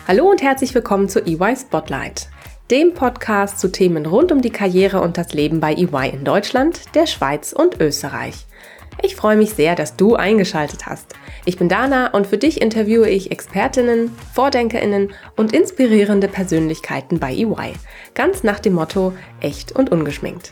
Hallo und herzlich willkommen zu EY Spotlight, dem Podcast zu Themen rund um die Karriere und das Leben bei EY in Deutschland, der Schweiz und Österreich. Ich freue mich sehr, dass du eingeschaltet hast. Ich bin Dana und für dich interviewe ich Expertinnen, VordenkerInnen und inspirierende Persönlichkeiten bei EY. Ganz nach dem Motto: echt und ungeschminkt.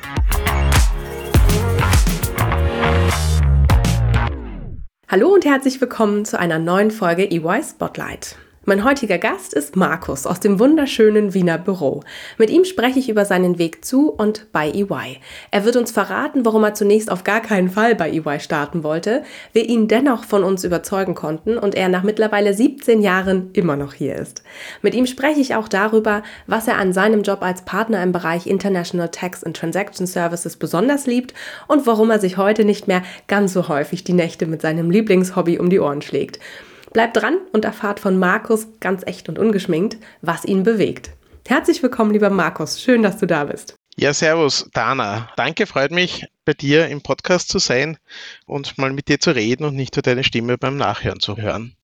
Hallo und herzlich willkommen zu einer neuen Folge EY Spotlight. Mein heutiger Gast ist Markus aus dem wunderschönen Wiener Büro. Mit ihm spreche ich über seinen Weg zu und bei EY. Er wird uns verraten, warum er zunächst auf gar keinen Fall bei EY starten wollte, wir ihn dennoch von uns überzeugen konnten und er nach mittlerweile 17 Jahren immer noch hier ist. Mit ihm spreche ich auch darüber, was er an seinem Job als Partner im Bereich International Tax and Transaction Services besonders liebt und warum er sich heute nicht mehr ganz so häufig die Nächte mit seinem Lieblingshobby um die Ohren schlägt. Bleibt dran und erfahrt von Markus ganz echt und ungeschminkt, was ihn bewegt. Herzlich willkommen, lieber Markus. Schön, dass du da bist. Ja, servus, Dana. Danke, freut mich, bei dir im Podcast zu sein und mal mit dir zu reden und nicht nur deine Stimme beim Nachhören zu hören.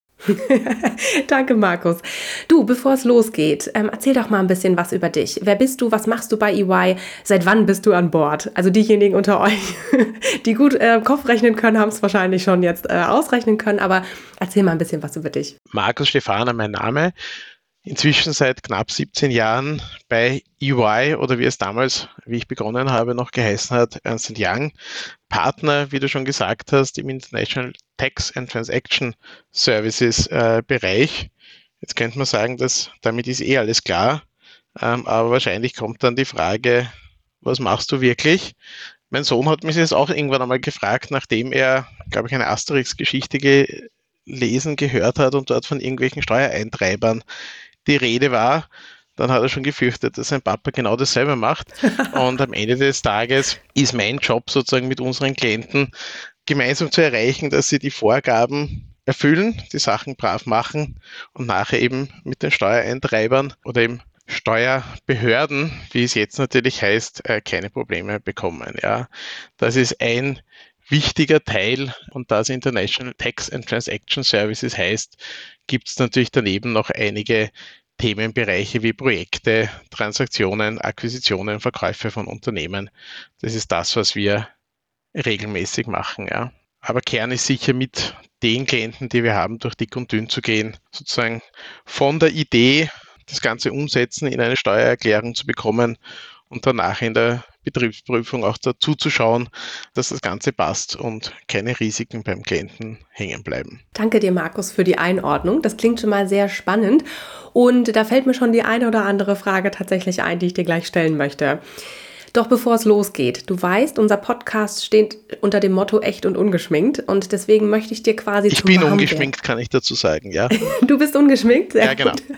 Danke, Markus. Du, bevor es losgeht, erzähl doch mal ein bisschen was über dich. Wer bist du? Was machst du bei EY? Seit wann bist du an Bord? Also diejenigen unter euch, die gut Kopf rechnen können, haben es wahrscheinlich schon jetzt ausrechnen können, aber erzähl mal ein bisschen was über dich. Markus Stefaner, mein Name. Inzwischen seit knapp 17 Jahren bei EY oder wie es damals, wie ich begonnen habe, noch geheißen hat, Ernst & Young. Partner, wie du schon gesagt hast, im International Tax and Transaction Services Bereich. Jetzt könnte man sagen, dass damit ist alles klar, aber wahrscheinlich kommt dann die Frage, was machst du wirklich? Mein Sohn hat mich jetzt auch irgendwann einmal gefragt, nachdem er, glaube ich, eine Asterix-Geschichte gelesen, gehört hat und dort von irgendwelchen Steuereintreibern die Rede war, dann hat er schon gefürchtet, dass sein Papa genau dasselbe macht. Und am Ende des Tages ist mein Job sozusagen mit unseren Klienten gemeinsam zu erreichen, dass sie die Vorgaben erfüllen, die Sachen brav machen und nachher eben mit den Steuereintreibern oder eben Steuerbehörden, wie es jetzt natürlich heißt, keine Probleme bekommen. Ja, das ist ein wichtiger Teil und das International Tax and Transaction Services heißt, gibt es natürlich daneben noch einige Themenbereiche wie Projekte, Transaktionen, Akquisitionen, Verkäufe von Unternehmen. Das ist das, was wir regelmäßig machen. Ja. Aber Kern ist sicher mit den Klienten, die wir haben, durch dick und dünn zu gehen, sozusagen von der Idee, das Ganze umsetzen, in eine Steuererklärung zu bekommen und danach in der Betriebsprüfung auch dazu zu schauen, dass das Ganze passt und keine Risiken beim Klienten hängen bleiben. Danke dir, Markus, für die Einordnung. Das klingt schon mal sehr spannend und da fällt mir schon die eine oder andere Frage tatsächlich ein, die ich dir gleich stellen möchte. Doch bevor es losgeht, du weißt, unser Podcast steht unter dem Motto echt und ungeschminkt und deswegen möchte ich dir quasi Ich bin ungeschminkt, kann ich dazu sagen, ja. Du bist ungeschminkt? Sehr ja, genau. Gut.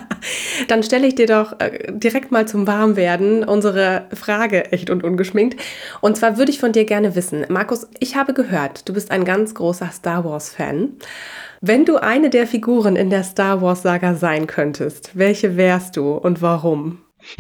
Dann stelle ich dir doch direkt mal zum Warmwerden unsere Frage echt und ungeschminkt. Und zwar würde ich von dir gerne wissen, Markus, ich habe gehört, du bist ein ganz großer Star Wars-Fan. Wenn du eine der Figuren in der Star Wars-Saga sein könntest, welche wärst du und warum?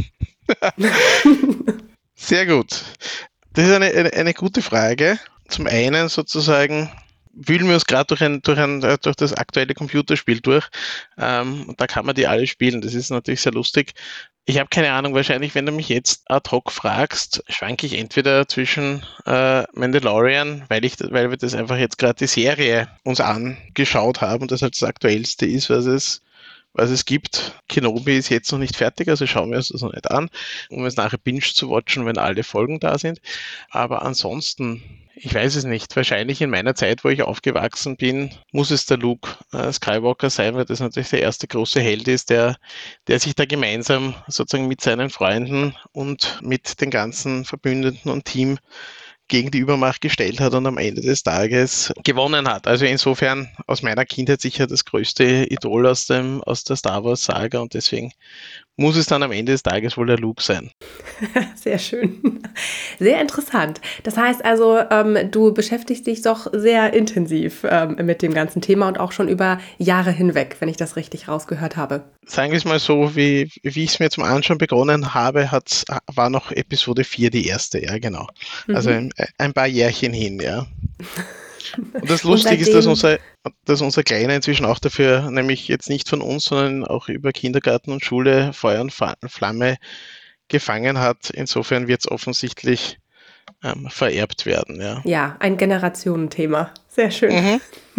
Sehr gut. Das ist eine gute Frage. Zum einen sozusagen wühlen wir uns gerade durch das aktuelle Computerspiel durch. Und da kann man die alle spielen. Das ist natürlich sehr lustig. Ich habe keine Ahnung, wahrscheinlich, wenn du mich jetzt ad hoc fragst, schwanke ich entweder zwischen Mandalorian, weil wir das einfach jetzt gerade die Serie uns angeschaut haben und das halt das Aktuellste ist, was es gibt. Kenobi ist jetzt noch nicht fertig, also schauen wir uns das noch nicht an, um es nachher binge zu watchen, wenn alle Folgen da sind. Aber ansonsten, ich weiß es nicht. Wahrscheinlich in meiner Zeit, wo ich aufgewachsen bin, muss es der Luke Skywalker sein, weil das natürlich der erste große Held ist, der sich da gemeinsam sozusagen mit seinen Freunden und mit den ganzen Verbündeten und Team gegen die Übermacht gestellt hat und am Ende des Tages gewonnen hat. Also insofern aus meiner Kindheit sicher das größte Idol aus der Star Wars Saga und deswegen muss es dann am Ende des Tages wohl der Luke sein. Sehr schön. Sehr interessant. Das heißt also, du beschäftigst dich doch sehr intensiv mit dem ganzen Thema und auch schon über Jahre hinweg, wenn ich das richtig rausgehört habe. Sagen wir es mal so, wie ich es mir zum Anschauen begonnen habe, war noch Episode 4 die erste, ja genau. Also ein paar Jährchen hin, ja. Und das Und Lustige ist, seitdem, dass unser Kleiner inzwischen auch dafür, nämlich jetzt nicht von uns, sondern auch über Kindergarten und Schule Feuer und Flamme gefangen hat. Insofern wird es offensichtlich vererbt werden, ja. ja, ein Generationenthema. Sehr schön. Mhm,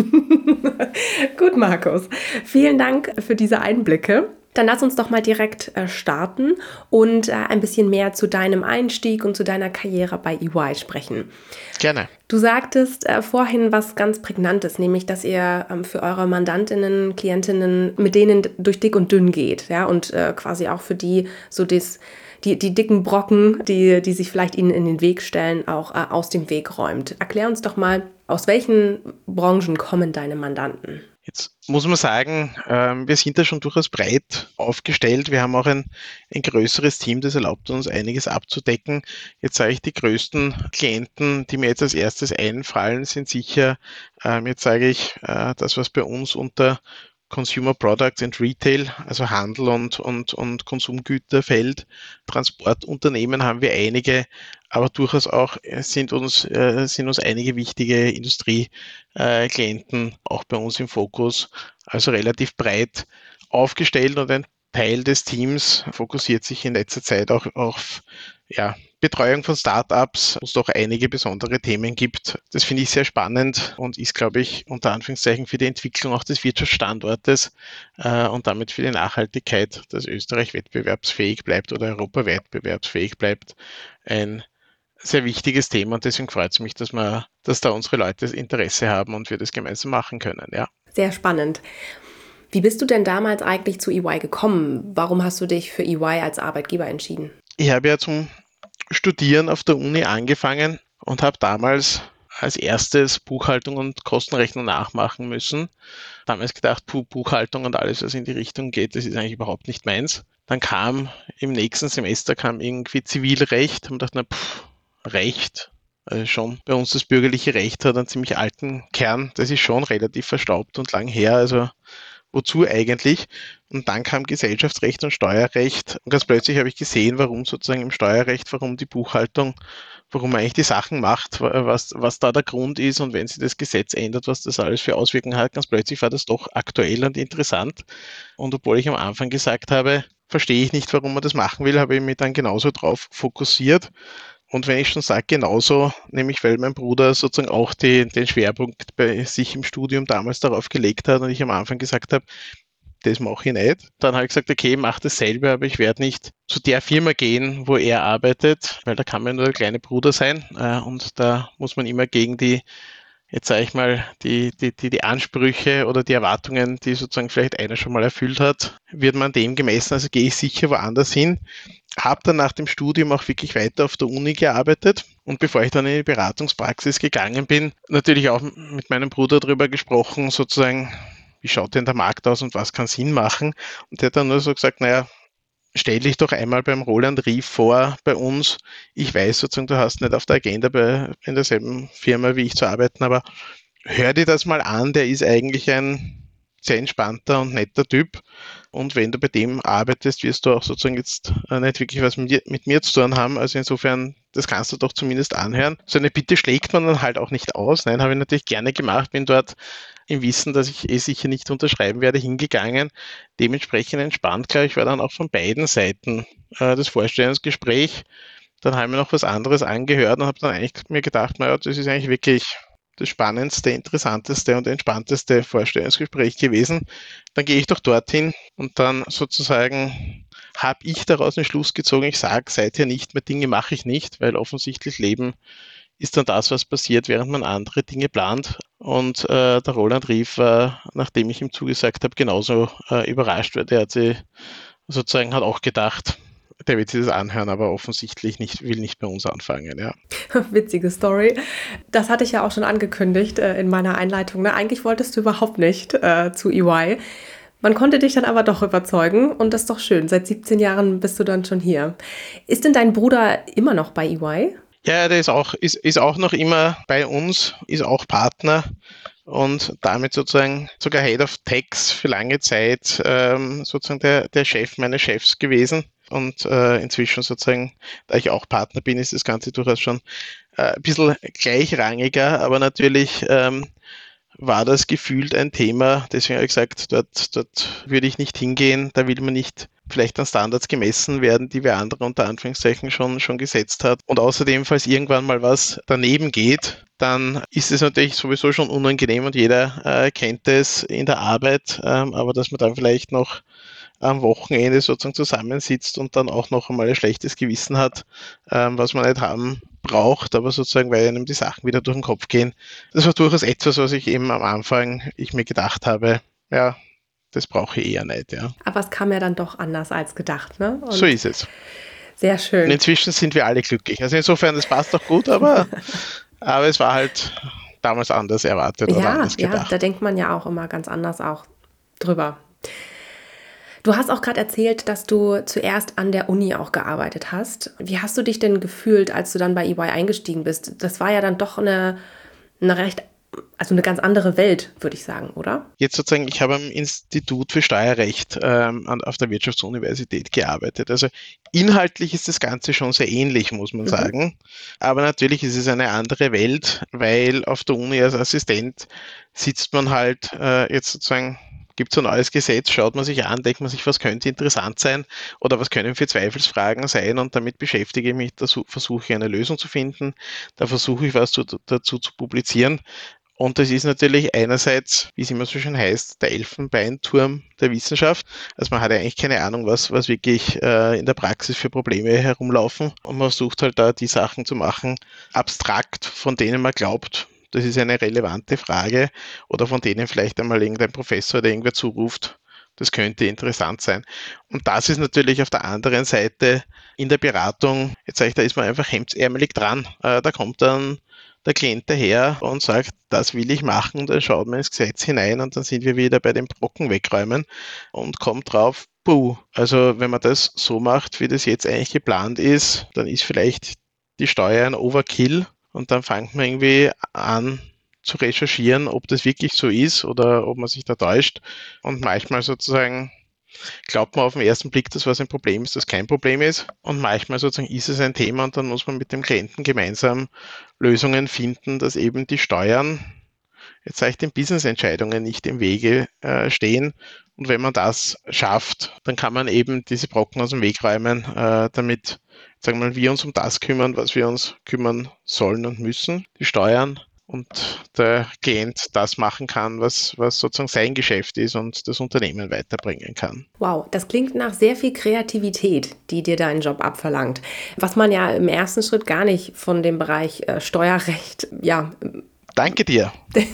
Gut, Markus. Vielen Dank für diese Einblicke. Dann lass uns doch mal direkt starten und ein bisschen mehr zu deinem Einstieg und zu deiner Karriere bei EY sprechen. gerne. Du sagtest vorhin was ganz Prägnantes, nämlich, dass ihr für eure Mandantinnen, Klientinnen, mit denen durch dick und dünn geht, ja, und quasi auch für die so die dicken Brocken, die sich vielleicht ihnen in den Weg stellen, auch aus dem Weg räumt. Erklär uns doch mal, aus welchen Branchen kommen deine Mandanten? Jetzt muss man sagen, wir sind da schon durchaus breit aufgestellt. Wir haben auch ein größeres Team, das erlaubt uns einiges abzudecken. Jetzt sage ich, die größten Klienten, die mir jetzt als erstes einfallen, sind sicher, jetzt sage ich, das, was bei uns unter Consumer Products and Retail, also Handel und Konsumgüter fällt. Transportunternehmen haben wir einige, aber durchaus auch sind uns einige wichtige Industrieklienten auch bei uns im Fokus, also relativ breit aufgestellt, und ein Teil des Teams fokussiert sich in letzter Zeit auch auf ja, Betreuung von Startups, wo es doch einige besondere Themen gibt. Das finde ich sehr spannend und ist, glaube ich, unter Anführungszeichen für die Entwicklung auch des Wirtschaftsstandortes und damit für die Nachhaltigkeit, dass Österreich wettbewerbsfähig bleibt oder Europa wettbewerbsfähig bleibt, ein sehr wichtiges Thema, und deswegen freut es mich, dass da unsere Leute Interesse haben und wir das gemeinsam machen können, ja. Sehr spannend. Wie bist du denn damals eigentlich zu EY gekommen? Warum hast du dich für EY als Arbeitgeber entschieden? Ich habe ja zum Studieren auf der Uni angefangen und habe damals als erstes Buchhaltung und Kostenrechnung nachmachen müssen. Damals gedacht, Buchhaltung und alles, was in die Richtung geht, das ist eigentlich überhaupt nicht meins. Dann kam im nächsten Semester irgendwie Zivilrecht und dachte, Recht, also schon bei uns das bürgerliche Recht hat einen ziemlich alten Kern, das ist schon relativ verstaubt und lang her, also wozu eigentlich? Und dann kam Gesellschaftsrecht und Steuerrecht. Und ganz plötzlich habe ich gesehen, warum sozusagen im Steuerrecht, warum die Buchhaltung, warum man eigentlich die Sachen macht, was da der Grund ist, und wenn sich das Gesetz ändert, was das alles für Auswirkungen hat. Ganz plötzlich war das doch aktuell und interessant. Und obwohl ich am Anfang gesagt habe, verstehe ich nicht, warum man das machen will, habe ich mich dann genauso drauf fokussiert. Und wenn ich schon sage genauso, nämlich weil mein Bruder sozusagen auch den Schwerpunkt bei sich im Studium damals darauf gelegt hat und ich am Anfang gesagt habe, das mache ich nicht. Dann habe ich gesagt, okay, mach dasselbe, aber ich werde nicht zu der Firma gehen, wo er arbeitet, weil da kann man nur der kleine Bruder sein und da muss man immer gegen die, jetzt sage ich mal, die Ansprüche oder die Erwartungen, die sozusagen vielleicht einer schon mal erfüllt hat, wird man dem gemessen, also gehe ich sicher woanders hin. Habe dann nach dem Studium auch wirklich weiter auf der Uni gearbeitet, und bevor ich dann in die Beratungspraxis gegangen bin, natürlich auch mit meinem Bruder darüber gesprochen, sozusagen, wie schaut denn der Markt aus und was kann Sinn machen? Und der hat dann nur so gesagt, naja, stell dich doch einmal beim Roland Rief vor bei uns. Ich weiß sozusagen, du hast nicht auf der Agenda in derselben Firma wie ich zu arbeiten, aber hör dir das mal an, der ist eigentlich ein sehr entspannter und netter Typ. Und wenn du bei dem arbeitest, wirst du auch sozusagen jetzt nicht wirklich was mit mir zu tun haben. Also insofern, das kannst du doch zumindest anhören. So eine Bitte schlägt man dann halt auch nicht aus. Nein, habe ich natürlich gerne gemacht, bin dort im Wissen, dass ich sicher nicht unterschreiben werde, hingegangen. Dementsprechend entspannt, glaube ich, war dann auch von beiden Seiten das Vorstellungsgespräch. Dann haben wir noch was anderes angehört und habe dann eigentlich mir gedacht, naja, das ist eigentlich wirklich das spannendste, interessanteste und entspannteste Vorstellungsgespräch gewesen. Dann gehe ich doch dorthin, und dann sozusagen habe ich daraus einen Schluss gezogen, ich sage seither nicht mehr, Dinge mache ich nicht, weil offensichtlich Leben ist dann das, was passiert, während man andere Dinge plant. Und der Roland Rief war, nachdem ich ihm zugesagt habe, genauso überrascht, weil der hat auch gedacht, der wird sich das anhören, aber offensichtlich will nicht bei uns anfangen, ja. Witzige Story. Das hatte ich ja auch schon angekündigt in meiner Einleitung. Ne? Eigentlich wolltest du überhaupt nicht zu EY. Man konnte dich dann aber doch überzeugen, und das ist doch schön. Seit 17 Jahren bist du dann schon hier. Ist denn dein Bruder immer noch bei EY? Ja, der ist auch noch immer bei uns, ist auch Partner und damit sozusagen sogar Head of Tax für lange Zeit sozusagen der Chef meines Chefs gewesen. Und inzwischen sozusagen, da ich auch Partner bin, ist das Ganze durchaus schon ein bisschen gleichrangiger, aber natürlich war das gefühlt ein Thema. Deswegen habe ich gesagt, dort würde ich nicht hingehen, da will man nicht vielleicht an Standards gemessen werden, die wer andere unter Anführungszeichen schon gesetzt hat. Und außerdem, falls irgendwann mal was daneben geht, dann ist es natürlich sowieso schon unangenehm und jeder kennt es in der Arbeit, aber dass man dann vielleicht noch am Wochenende sozusagen zusammensitzt und dann auch noch einmal ein schlechtes Gewissen hat, was man nicht haben braucht, aber sozusagen, weil einem die Sachen wieder durch den Kopf gehen. Das war durchaus etwas, was ich eben am Anfang mir gedacht habe, ja, das brauche ich eher nicht, ja. Aber es kam ja dann doch anders als gedacht, ne? Und so ist es. Sehr schön. Und inzwischen sind wir alle glücklich. Also insofern, das passt doch gut, aber es war halt damals anders erwartet oder anders gedacht. Ja, da denkt man ja auch immer ganz anders auch drüber. Du hast auch gerade erzählt, dass du zuerst an der Uni auch gearbeitet hast. Wie hast du dich denn gefühlt, als du dann bei EY eingestiegen bist? Das war ja dann doch eine ganz andere Welt, würde ich sagen, oder? Jetzt sozusagen, ich habe am Institut für Steuerrecht auf der Wirtschaftsuniversität gearbeitet. Also inhaltlich ist das Ganze schon sehr ähnlich, muss man sagen. Aber natürlich ist es eine andere Welt, weil auf der Uni als Assistent sitzt man halt jetzt sozusagen, gibt es ein neues Gesetz, schaut man sich an, denkt man sich, was könnte interessant sein oder was können für Zweifelsfragen sein, und damit beschäftige ich mich, da versuche ich eine Lösung zu finden, da versuche ich was dazu zu publizieren. Und das ist natürlich einerseits, wie es immer so schön heißt, der Elfenbeinturm der Wissenschaft. Also man hat ja eigentlich keine Ahnung, was wirklich in der Praxis für Probleme herumlaufen. Und man versucht halt da die Sachen zu machen, abstrakt, von denen man glaubt, das ist eine relevante Frage, oder von denen vielleicht einmal irgendein Professor oder irgendwer zuruft, das könnte interessant sein. Und das ist natürlich auf der anderen Seite in der Beratung, jetzt sage ich, da ist man einfach hemdsärmelig dran. Da kommt dann der Klient daher und sagt, das will ich machen, und dann schaut man ins Gesetz hinein und dann sind wir wieder bei dem Brocken wegräumen und kommt drauf, puh. Also wenn man das so macht, wie das jetzt eigentlich geplant ist, dann ist vielleicht die Steuer ein Overkill, und dann fängt man irgendwie an zu recherchieren, ob das wirklich so ist oder ob man sich da täuscht. Und manchmal sozusagen glaubt man auf den ersten Blick, dass was ein Problem ist, das kein Problem ist. Und manchmal sozusagen ist es ein Thema, und dann muss man mit dem Klienten gemeinsam Lösungen finden, dass eben die Steuern, jetzt sage ich, den Business-Entscheidungen nicht im Wege stehen. Und wenn man das schafft, dann kann man eben diese Brocken aus dem Weg räumen, damit, sagen wir mal, wir uns um das kümmern, was wir uns kümmern sollen und müssen, die Steuern, und der Klient das machen kann, was sozusagen sein Geschäft ist und das Unternehmen weiterbringen kann. Wow, das klingt nach sehr viel Kreativität, die dir dein Job abverlangt. Was man ja im ersten Schritt gar nicht von dem Bereich Steuerrecht, Danke dir.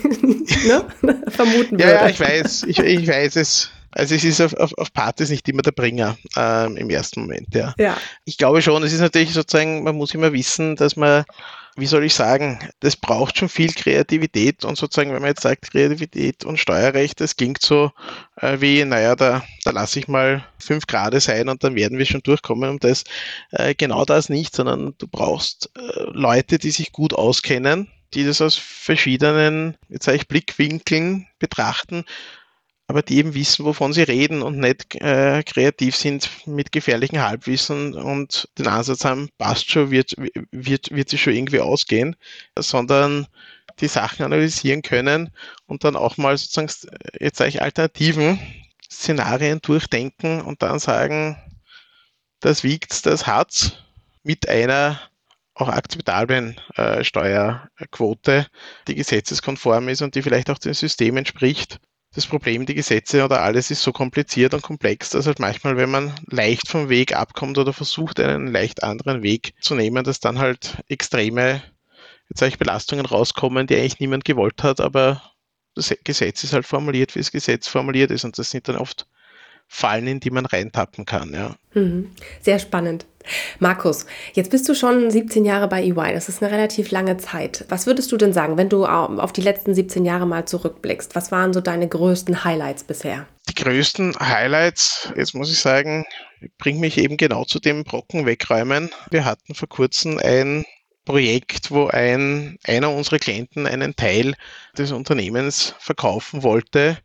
Vermuten würde. Ja, ich weiß es. Also es ist auf Partys nicht immer der Bringer im ersten Moment, ja. Ich glaube schon, es ist natürlich sozusagen, man muss immer wissen, dass man, wie soll ich sagen, das braucht schon viel Kreativität, und sozusagen, wenn man jetzt sagt, Kreativität und Steuerrecht, das klingt so wie, naja, da lasse ich mal 5 Grad sein und dann werden wir schon durchkommen, um das. Genau das nicht, sondern du brauchst Leute, die sich gut auskennen, die das aus verschiedenen, jetzt sage ich, Blickwinkeln betrachten, aber die eben wissen, wovon sie reden und nicht kreativ sind mit gefährlichen Halbwissen und den Ansatz haben, passt schon, wird sich schon irgendwie ausgehen, sondern die Sachen analysieren können und dann auch mal sozusagen, jetzt sage ich, alternativen Szenarien durchdenken und dann sagen, das wiegt's, das hat's, mit einer auch akzeptablen Steuerquote, die gesetzeskonform ist und die vielleicht auch dem System entspricht. Das Problem, die Gesetze oder alles ist so kompliziert und komplex, dass halt manchmal, wenn man leicht vom Weg abkommt oder versucht, einen leicht anderen Weg zu nehmen, dass dann halt extreme, jetzt sage ich, Belastungen rauskommen, die eigentlich niemand gewollt hat, aber das Gesetz ist halt formuliert, wie das Gesetz formuliert ist, und das sind dann oft Fallen, in die man reintappen kann, ja. Sehr spannend. Markus, jetzt bist du schon 17 Jahre bei EY. Das ist eine relativ lange Zeit. Was würdest du denn sagen, wenn du auf die letzten 17 Jahre mal zurückblickst? Was waren so deine größten Highlights bisher? Die größten Highlights, jetzt muss ich sagen, bringt mich eben genau zu dem Brocken wegräumen. Wir hatten vor kurzem ein Projekt, wo einer unserer Klienten einen Teil des Unternehmens verkaufen wollte.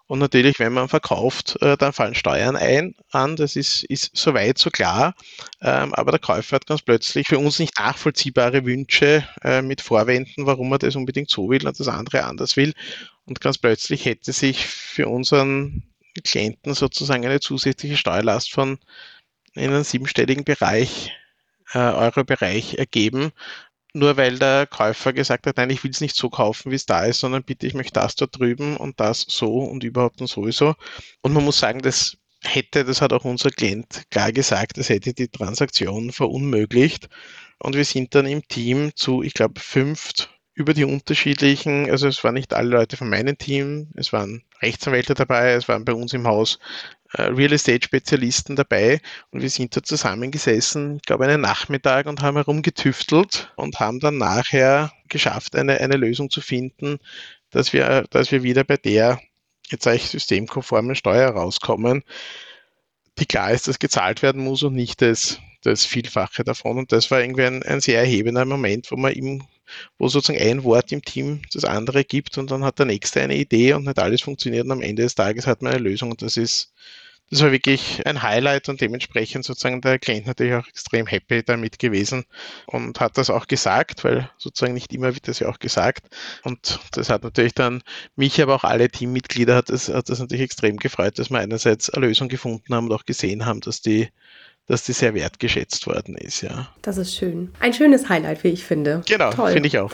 Und natürlich, wenn man verkauft, dann fallen Steuern an. Das ist soweit so klar. Aber der Käufer hat ganz plötzlich für uns nicht nachvollziehbare Wünsche mit Vorwänden, warum er das unbedingt so will und das andere anders will. Und ganz plötzlich hätte sich für unseren Klienten sozusagen eine zusätzliche Steuerlast von in einem siebenstelligen Bereich, Euro-Bereich ergeben, nur weil der Käufer gesagt hat, nein, ich will es nicht so kaufen, wie es da ist, sondern bitte, ich möchte das dort drüben und das so und überhaupt und sowieso. Und man muss sagen, das hat auch unser Klient klar gesagt, das hätte die Transaktion verunmöglicht. Und wir sind dann im Team zu, ich glaube, 5 über die unterschiedlichen, also es waren nicht alle Leute von meinem Team, es waren Rechtsanwälte dabei, es waren bei uns im Haus Real Estate Spezialisten dabei und wir sind da zusammengesessen, ich glaube einen Nachmittag und haben herumgetüftelt und haben dann nachher geschafft, eine Lösung zu finden, dass wir wieder bei der, jetzt sage ich, systemkonformen Steuer rauskommen, die klar ist, dass gezahlt werden muss und nicht das Vielfache davon. Und das war irgendwie ein sehr erhebender Moment, wo sozusagen ein Wort im Team das andere gibt und dann hat der Nächste eine Idee und nicht alles funktioniert und am Ende des Tages hat man eine Lösung und das war wirklich ein Highlight und dementsprechend sozusagen der Klient natürlich auch extrem happy damit gewesen und hat das auch gesagt, weil sozusagen nicht immer wird das ja auch gesagt. Und das hat natürlich dann mich, aber auch alle Teammitglieder hat das natürlich extrem gefreut, dass wir einerseits eine Lösung gefunden haben und auch gesehen haben, dass die sehr wertgeschätzt worden ist, ja. Das ist schön. Ein schönes Highlight, wie ich finde. Genau, Toll. finde ich auch.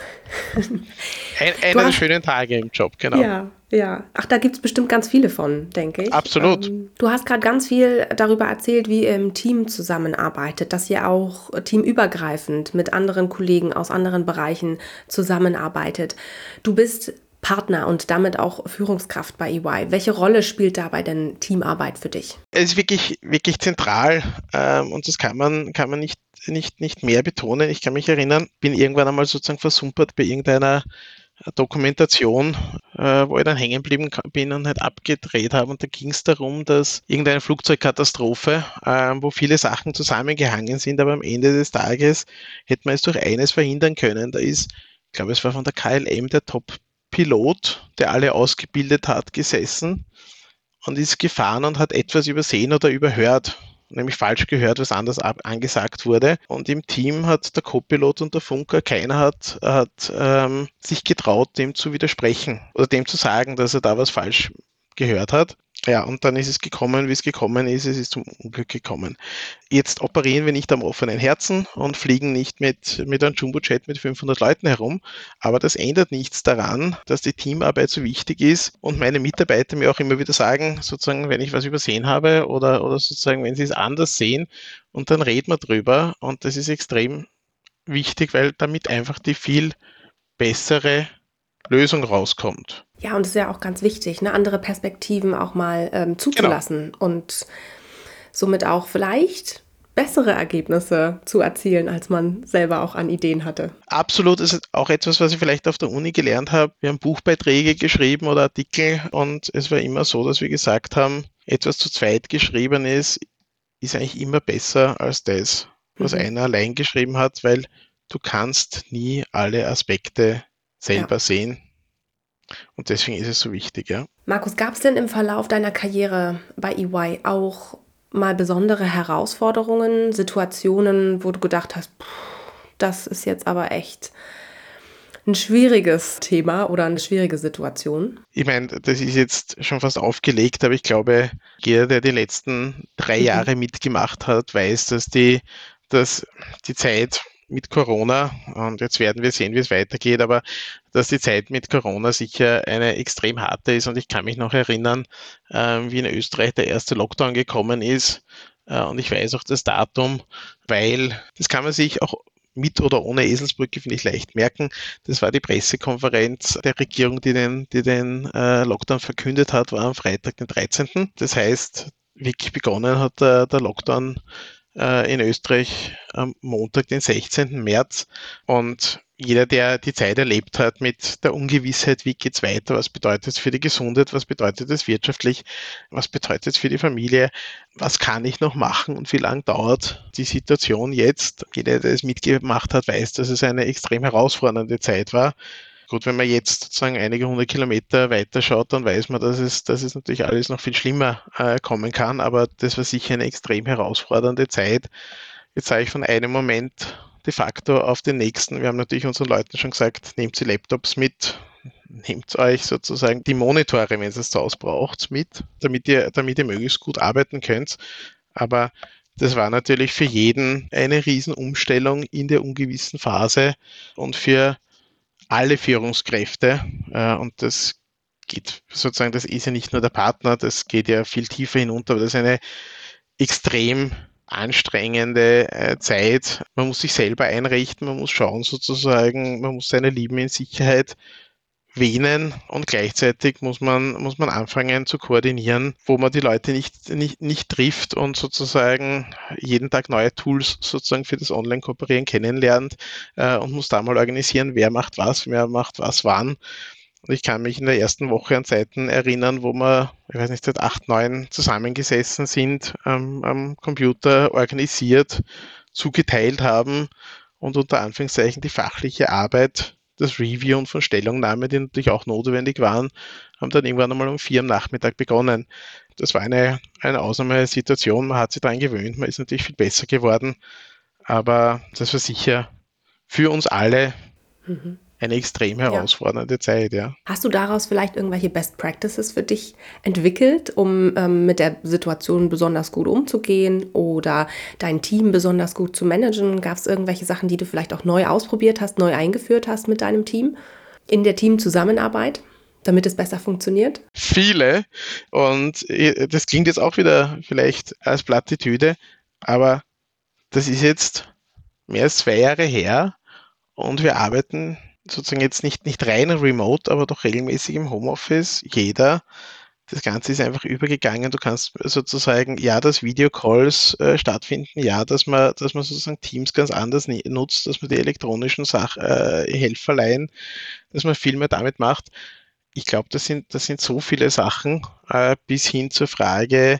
Einer der schönen Tage im Job, genau. Ja, ja. Ach, da gibt es bestimmt ganz viele von, denke ich. Absolut. Du hast gerade ganz viel darüber erzählt, wie ihr im Team zusammenarbeitet, dass ihr auch teamübergreifend mit anderen Kollegen aus anderen Bereichen zusammenarbeitet. Du bist Partner und damit auch Führungskraft bei EY. Welche Rolle spielt dabei denn Teamarbeit für dich? Es ist wirklich, wirklich zentral und das kann man nicht mehr betonen. Ich kann mich erinnern, bin irgendwann einmal sozusagen versumpert bei irgendeiner Dokumentation, wo ich dann hängen geblieben bin und halt abgedreht habe. Und da ging es darum, dass irgendeine Flugzeugkatastrophe, wo viele Sachen zusammengehangen sind, aber am Ende des Tages hätte man es durch eines verhindern können. Ich glaube, es war von der KLM der Top-Pilot, der alle ausgebildet hat, gesessen und ist gefahren und hat etwas übersehen oder überhört, nämlich falsch gehört, was anders angesagt wurde. Und im Team hat der Co-Pilot und der Funker, keiner hat sich getraut, dem zu widersprechen oder dem zu sagen, dass er da was falsch gehört hat. Ja, und dann ist es gekommen, wie es gekommen ist. Es ist zum Unglück gekommen. Jetzt operieren wir nicht am offenen Herzen und fliegen nicht mit einem Jumbojet mit 500 Leuten herum. Aber das ändert nichts daran, dass die Teamarbeit so wichtig ist und meine Mitarbeiter mir auch immer wieder sagen, sozusagen, wenn ich was übersehen habe oder sozusagen, wenn sie es anders sehen, und dann reden wir drüber. Und das ist extrem wichtig, weil damit einfach die viel bessere Lösung rauskommt. Ja, und es ist ja auch ganz wichtig, ne, andere Perspektiven auch mal zuzulassen und somit auch vielleicht bessere Ergebnisse zu erzielen, als man selber auch an Ideen hatte. Absolut, das ist auch etwas, was ich vielleicht auf der Uni gelernt habe. Wir haben Buchbeiträge geschrieben oder Artikel und es war immer so, dass wir gesagt haben, etwas zu zweit geschrieben ist eigentlich immer besser als das, was einer allein geschrieben hat, weil du kannst nie alle Aspekte selber sehen. Und deswegen ist es so wichtig, ja. Markus, gab es denn im Verlauf deiner Karriere bei EY auch mal besondere Herausforderungen, Situationen, wo du gedacht hast, das ist jetzt aber echt ein schwieriges Thema oder eine schwierige Situation? Ich meine, das ist jetzt schon fast aufgelegt, aber ich glaube, jeder, der die letzten 3 Jahre mitgemacht hat, weiß, dass die Zeit mit Corona, und jetzt werden wir sehen, wie es weitergeht, aber dass die Zeit mit Corona sicher eine extrem harte ist. Und ich kann mich noch erinnern, wie in Österreich der erste Lockdown gekommen ist. Und ich weiß auch das Datum, weil das kann man sich auch mit oder ohne Eselsbrücke, finde ich, leicht merken. Das war die Pressekonferenz der Regierung, die den Lockdown verkündet hat, war am Freitag, den 13. Das heißt, wirklich begonnen hat der Lockdown in Österreich am Montag, den 16. März. Und jeder, der die Zeit erlebt hat mit der Ungewissheit, wie geht's weiter, was bedeutet es für die Gesundheit, was bedeutet es wirtschaftlich, was bedeutet es für die Familie, was kann ich noch machen und wie lange dauert die Situation jetzt. Jeder, der es mitgemacht hat, weiß, dass es eine extrem herausfordernde Zeit war. Gut, wenn man jetzt sozusagen einige hundert Kilometer weiter schaut, dann weiß man, dass es natürlich alles noch viel schlimmer kommen kann, aber das war sicher eine extrem herausfordernde Zeit. Jetzt sage ich von einem Moment de facto auf den nächsten. Wir haben natürlich unseren Leuten schon gesagt, nehmt die Laptops mit, nehmt euch sozusagen die Monitore, wenn ihr es zu Hause braucht, mit, damit ihr möglichst gut arbeiten könnt. Aber das war natürlich für jeden eine Riesenumstellung in der ungewissen Phase und für alle Führungskräfte. Und das geht sozusagen, das ist ja nicht nur der Partner, das geht ja viel tiefer hinunter, aber das ist eine extrem anstrengende Zeit. Man muss sich selber einrichten, man muss schauen sozusagen, man muss seine Lieben in Sicherheit wähnen und gleichzeitig muss man anfangen zu koordinieren, wo man die Leute nicht trifft und sozusagen jeden Tag neue Tools sozusagen für das Online-Kooperieren kennenlernt und muss da mal organisieren, wer macht was wann. Und ich kann mich in der ersten Woche an Zeiten erinnern, wo wir, ich weiß nicht, seit 8, 9 zusammengesessen sind, am Computer organisiert, zugeteilt haben und unter Anführungszeichen die fachliche Arbeit, das Reviewen von Stellungnahmen, die natürlich auch notwendig waren, haben dann irgendwann einmal um 4 am Nachmittag begonnen. Das war eine Ausnahmesituation, man hat sich daran gewöhnt, man ist natürlich viel besser geworden, aber das war sicher für uns alle eine extrem herausfordernde Zeit, ja. Hast du daraus vielleicht irgendwelche Best Practices für dich entwickelt, um mit der Situation besonders gut umzugehen oder dein Team besonders gut zu managen? Gab es irgendwelche Sachen, die du vielleicht auch neu ausprobiert hast, neu eingeführt hast mit deinem Team in der Teamzusammenarbeit, damit es besser funktioniert? Viele. Und das klingt jetzt auch wieder vielleicht als Plattitüde, aber das ist jetzt mehr als 2 Jahre her und wir arbeiten sozusagen jetzt nicht rein remote, aber doch regelmäßig im Homeoffice, jeder. Das Ganze ist einfach übergegangen. Du kannst sozusagen, ja, dass Videocalls stattfinden, ja, dass man sozusagen Teams ganz anders nutzt, dass man die elektronischen Helferlein, dass man viel mehr damit macht. Ich glaube, das sind so viele Sachen, bis hin zur Frage,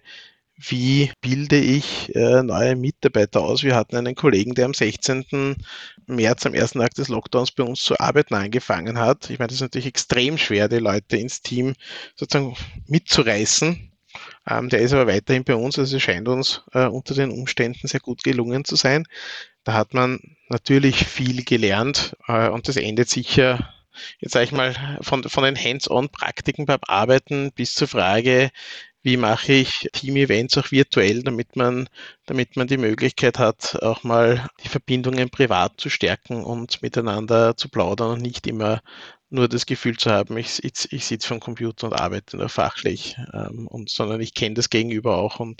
wie bilde ich neue Mitarbeiter aus? Wir hatten einen Kollegen, der am 16. März, am ersten Tag des Lockdowns, bei uns zu arbeiten angefangen hat. Ich meine, das ist natürlich extrem schwer, die Leute ins Team sozusagen mitzureißen. Der ist aber weiterhin bei uns, also es scheint uns unter den Umständen sehr gut gelungen zu sein. Da hat man natürlich viel gelernt und das endet sicher, jetzt sage ich mal, von den Hands-on-Praktiken beim Arbeiten bis zur Frage, wie mache ich Team-Events auch virtuell, damit man die Möglichkeit hat, auch mal die Verbindungen privat zu stärken und miteinander zu plaudern und nicht immer nur das Gefühl zu haben, ich sitze vom Computer und arbeite nur fachlich, sondern ich kenne das Gegenüber auch und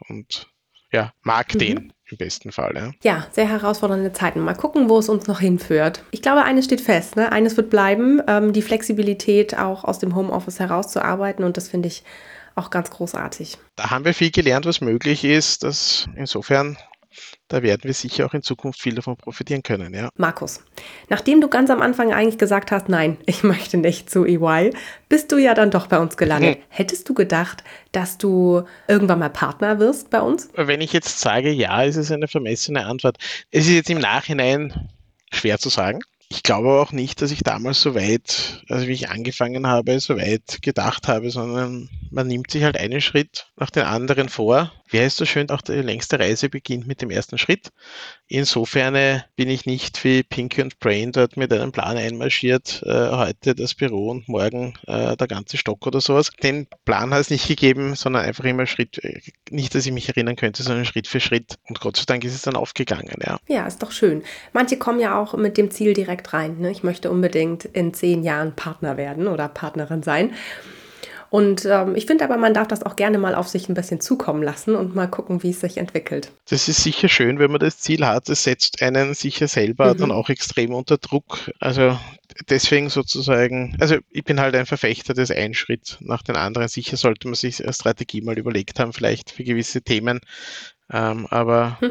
ja, mag den im besten Fall. Ja. Ja, sehr herausfordernde Zeiten. Mal gucken, wo es uns noch hinführt. Ich glaube, eines steht fest, ne? Eines wird bleiben, die Flexibilität auch aus dem Homeoffice herauszuarbeiten und das finde ich auch ganz großartig. Da haben wir viel gelernt, was möglich ist. Insofern, da werden wir sicher auch in Zukunft viel davon profitieren können. Ja. Markus, nachdem du ganz am Anfang eigentlich gesagt hast, nein, ich möchte nicht zu EY, bist du ja dann doch bei uns gelandet. Hättest du gedacht, dass du irgendwann mal Partner wirst bei uns? Wenn ich jetzt sage, ja, ist es eine vermessene Antwort. Es ist jetzt im Nachhinein schwer zu sagen. Ich glaube aber auch nicht, dass ich damals so weit, also wie ich angefangen habe, so weit gedacht habe, sondern man nimmt sich halt einen Schritt nach den anderen vor. Wie heißt so schön, auch die längste Reise beginnt mit dem ersten Schritt. Insofern bin ich nicht wie Pinky und Brain dort mit einem Plan einmarschiert, heute das Büro und morgen der ganze Stock oder sowas. Den Plan hat es nicht gegeben, sondern einfach immer nicht, dass ich mich erinnern könnte, sondern Schritt für Schritt. Und Gott sei Dank ist es dann aufgegangen, ja. Ja, ist doch schön. Manche kommen ja auch mit dem Ziel direkt rein. Ne? Ich möchte unbedingt in 10 Jahren Partner werden oder Partnerin sein. Und ich finde aber, man darf das auch gerne mal auf sich ein bisschen zukommen lassen und mal gucken, wie es sich entwickelt. Das ist sicher schön, wenn man das Ziel hat. Das setzt einen sicher selber dann auch extrem unter Druck. Also deswegen sozusagen, also ich bin halt ein Verfechter des einen Schritt nach den anderen. Sicher sollte man sich eine Strategie mal überlegt haben, vielleicht für gewisse Themen. Aber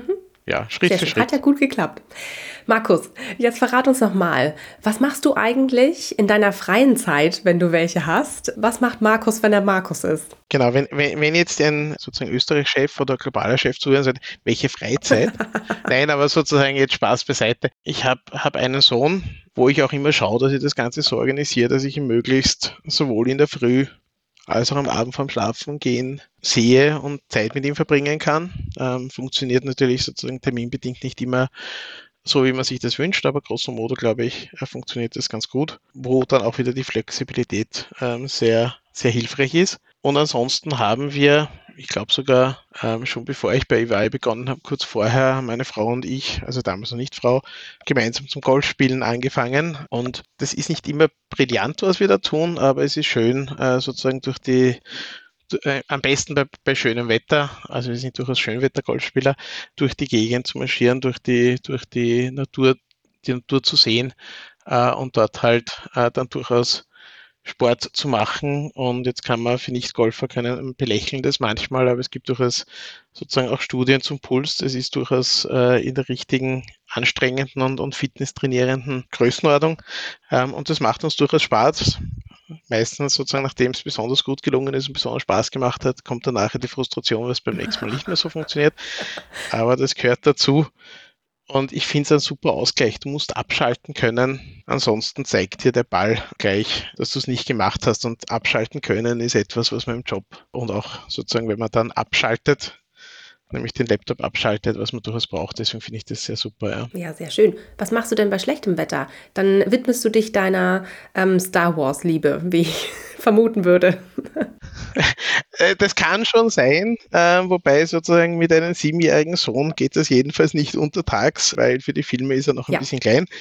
ja, Schritt für Schritt. Hat ja gut geklappt. Markus, jetzt verrat uns nochmal, was machst du eigentlich in deiner freien Zeit, wenn du welche hast? Was macht Markus, wenn er Markus ist? Genau, wenn jetzt ein sozusagen Österreich-Chef oder globaler Chef zuhören sagt, welche Freizeit? Nein, aber sozusagen jetzt Spaß beiseite. Ich hab einen Sohn, wo ich auch immer schaue, dass ich das Ganze so organisiere, dass ich ihn möglichst sowohl in der Früh als auch am Abend vorm Schlafengehen sehe und Zeit mit ihm verbringen kann. Funktioniert natürlich sozusagen terminbedingt nicht immer so, wie man sich das wünscht, aber grosso modo, glaube ich, funktioniert das ganz gut, wo dann auch wieder die Flexibilität sehr, sehr hilfreich ist. Und ansonsten haben wir, ich glaube sogar schon bevor ich bei EY begonnen habe, kurz vorher meine Frau und ich, also damals noch nicht Frau, gemeinsam zum Golfspielen angefangen. Und das ist nicht immer brillant, was wir da tun, aber es ist schön, sozusagen durch die am besten bei schönem Wetter, also wir sind durchaus Schönwetter-Golfspieler, durch die Gegend zu marschieren, durch die Natur zu sehen und dort halt dann durchaus Sport zu machen. Und jetzt kann man für Nicht-Golfer belächeln das manchmal, aber es gibt durchaus sozusagen auch Studien zum Puls. Das ist durchaus in der richtigen, anstrengenden und fitnesstrainierenden Größenordnung. Und das macht uns durchaus Spaß. Meistens sozusagen, nachdem es besonders gut gelungen ist und besonders Spaß gemacht hat, kommt dann nachher die Frustration, weil es beim nächsten Mal nicht mehr so funktioniert. Aber das gehört dazu. Und ich finde es ein super Ausgleich. Du musst abschalten können. Ansonsten zeigt dir der Ball gleich, dass du es nicht gemacht hast. Und abschalten können ist etwas, was man im Job und auch sozusagen, wenn man dann abschaltet, nämlich den Laptop abschaltet, was man durchaus braucht. Deswegen finde ich das sehr super. Ja. Ja, sehr schön. Was machst du denn bei schlechtem Wetter? Dann widmest du dich deiner Star Wars-Liebe, wie ich vermuten würde. Das kann schon sein, wobei sozusagen mit einem 7-jährigen Sohn geht das jedenfalls nicht untertags, weil für die Filme ist er noch ein bisschen klein.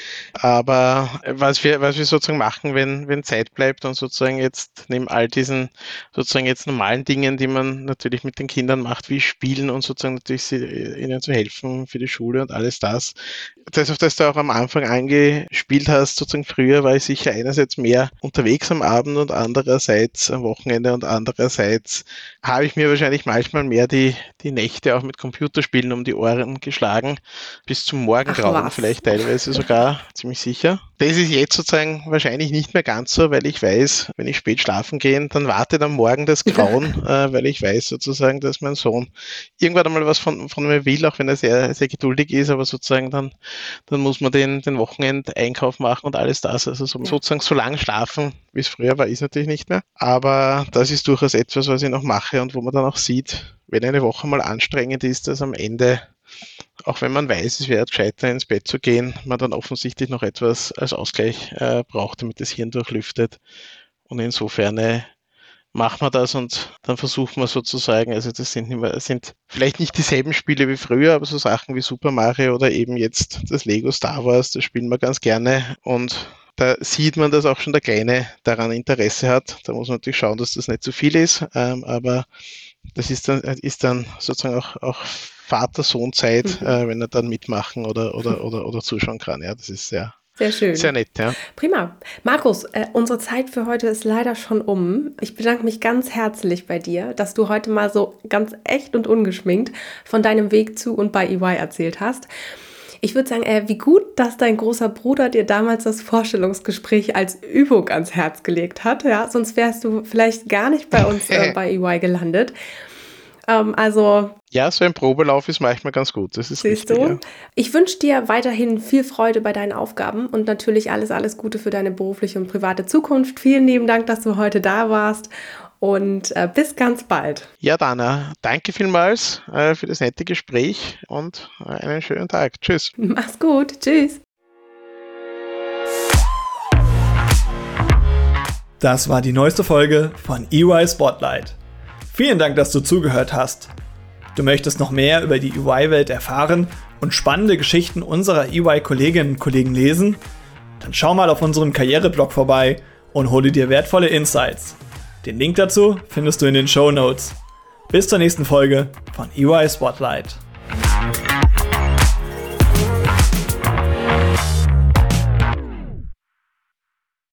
Aber was wir sozusagen machen, wenn Zeit bleibt und sozusagen jetzt neben all diesen sozusagen jetzt normalen Dingen, die man natürlich mit den Kindern macht, wie Spielen und sozusagen natürlich ihnen zu helfen für die Schule und alles das. Das, auf das du auch am Anfang angespielt hast, sozusagen früher war ich sicher einerseits mehr unterwegs am Abend und andererseits am Wochenende und andererseits habe ich mir wahrscheinlich manchmal mehr die Nächte auch mit Computerspielen um die Ohren geschlagen, bis zum Morgengrauen vielleicht teilweise sogar, ziemlich sicher. Das ist jetzt sozusagen wahrscheinlich nicht mehr ganz so, weil ich weiß, wenn ich spät schlafen gehe, dann wartet am Morgen das Grauen, weil ich weiß sozusagen, dass mein Sohn irgendwann einmal was von mir will, auch wenn er sehr, sehr geduldig ist, aber sozusagen dann muss man den Wochenendeinkauf machen und alles das. Also sozusagen so lang schlafen, wie es früher war, ist natürlich nicht mehr. Aber das ist durchaus etwas, was ich noch mache und wo man dann auch sieht, wenn eine Woche mal anstrengend ist, dass am Ende, auch wenn man weiß, es wäre gescheiter ins Bett zu gehen, man dann offensichtlich noch etwas als Ausgleich braucht, damit das Hirn durchlüftet. Und insofern macht man das und dann versucht man sozusagen, also das sind vielleicht nicht dieselben Spiele wie früher, aber so Sachen wie Super Mario oder eben jetzt das Lego Star Wars, das spielen wir ganz gerne und da sieht man, dass auch schon der Kleine daran Interesse hat. Da muss man natürlich schauen, dass das nicht zu viel ist, aber das ist dann sozusagen auch Vater-Sohn-Zeit, wenn er dann mitmachen oder zuschauen kann. Ja, das ist sehr schön. Sehr nett, ja. Prima. Markus, unsere Zeit für heute ist leider schon um. Ich bedanke mich ganz herzlich bei dir, dass du heute mal so ganz echt und ungeschminkt von deinem Weg zu und bei EY erzählt hast. Ich würde sagen, wie gut, dass dein großer Bruder dir damals das Vorstellungsgespräch als Übung ans Herz gelegt hat. Ja, sonst wärst du vielleicht gar nicht bei uns bei EY gelandet. Ja, so ein Probelauf ist manchmal ganz gut. Das ist richtig. Ja. Ich wünsche dir weiterhin viel Freude bei deinen Aufgaben und natürlich alles Gute für deine berufliche und private Zukunft. Vielen lieben Dank, dass du heute da warst und bis ganz bald. Ja, Dana, danke vielmals für das nette Gespräch und einen schönen Tag. Tschüss. Mach's gut. Tschüss. Das war die neueste Folge von EY Spotlight. Vielen Dank, dass du zugehört hast. Du möchtest noch mehr über die EY-Welt erfahren und spannende Geschichten unserer EY-Kolleginnen und Kollegen lesen? Dann schau mal auf unserem Karriereblog vorbei und hole dir wertvolle Insights. Den Link dazu findest du in den Shownotes. Bis zur nächsten Folge von EY Spotlight.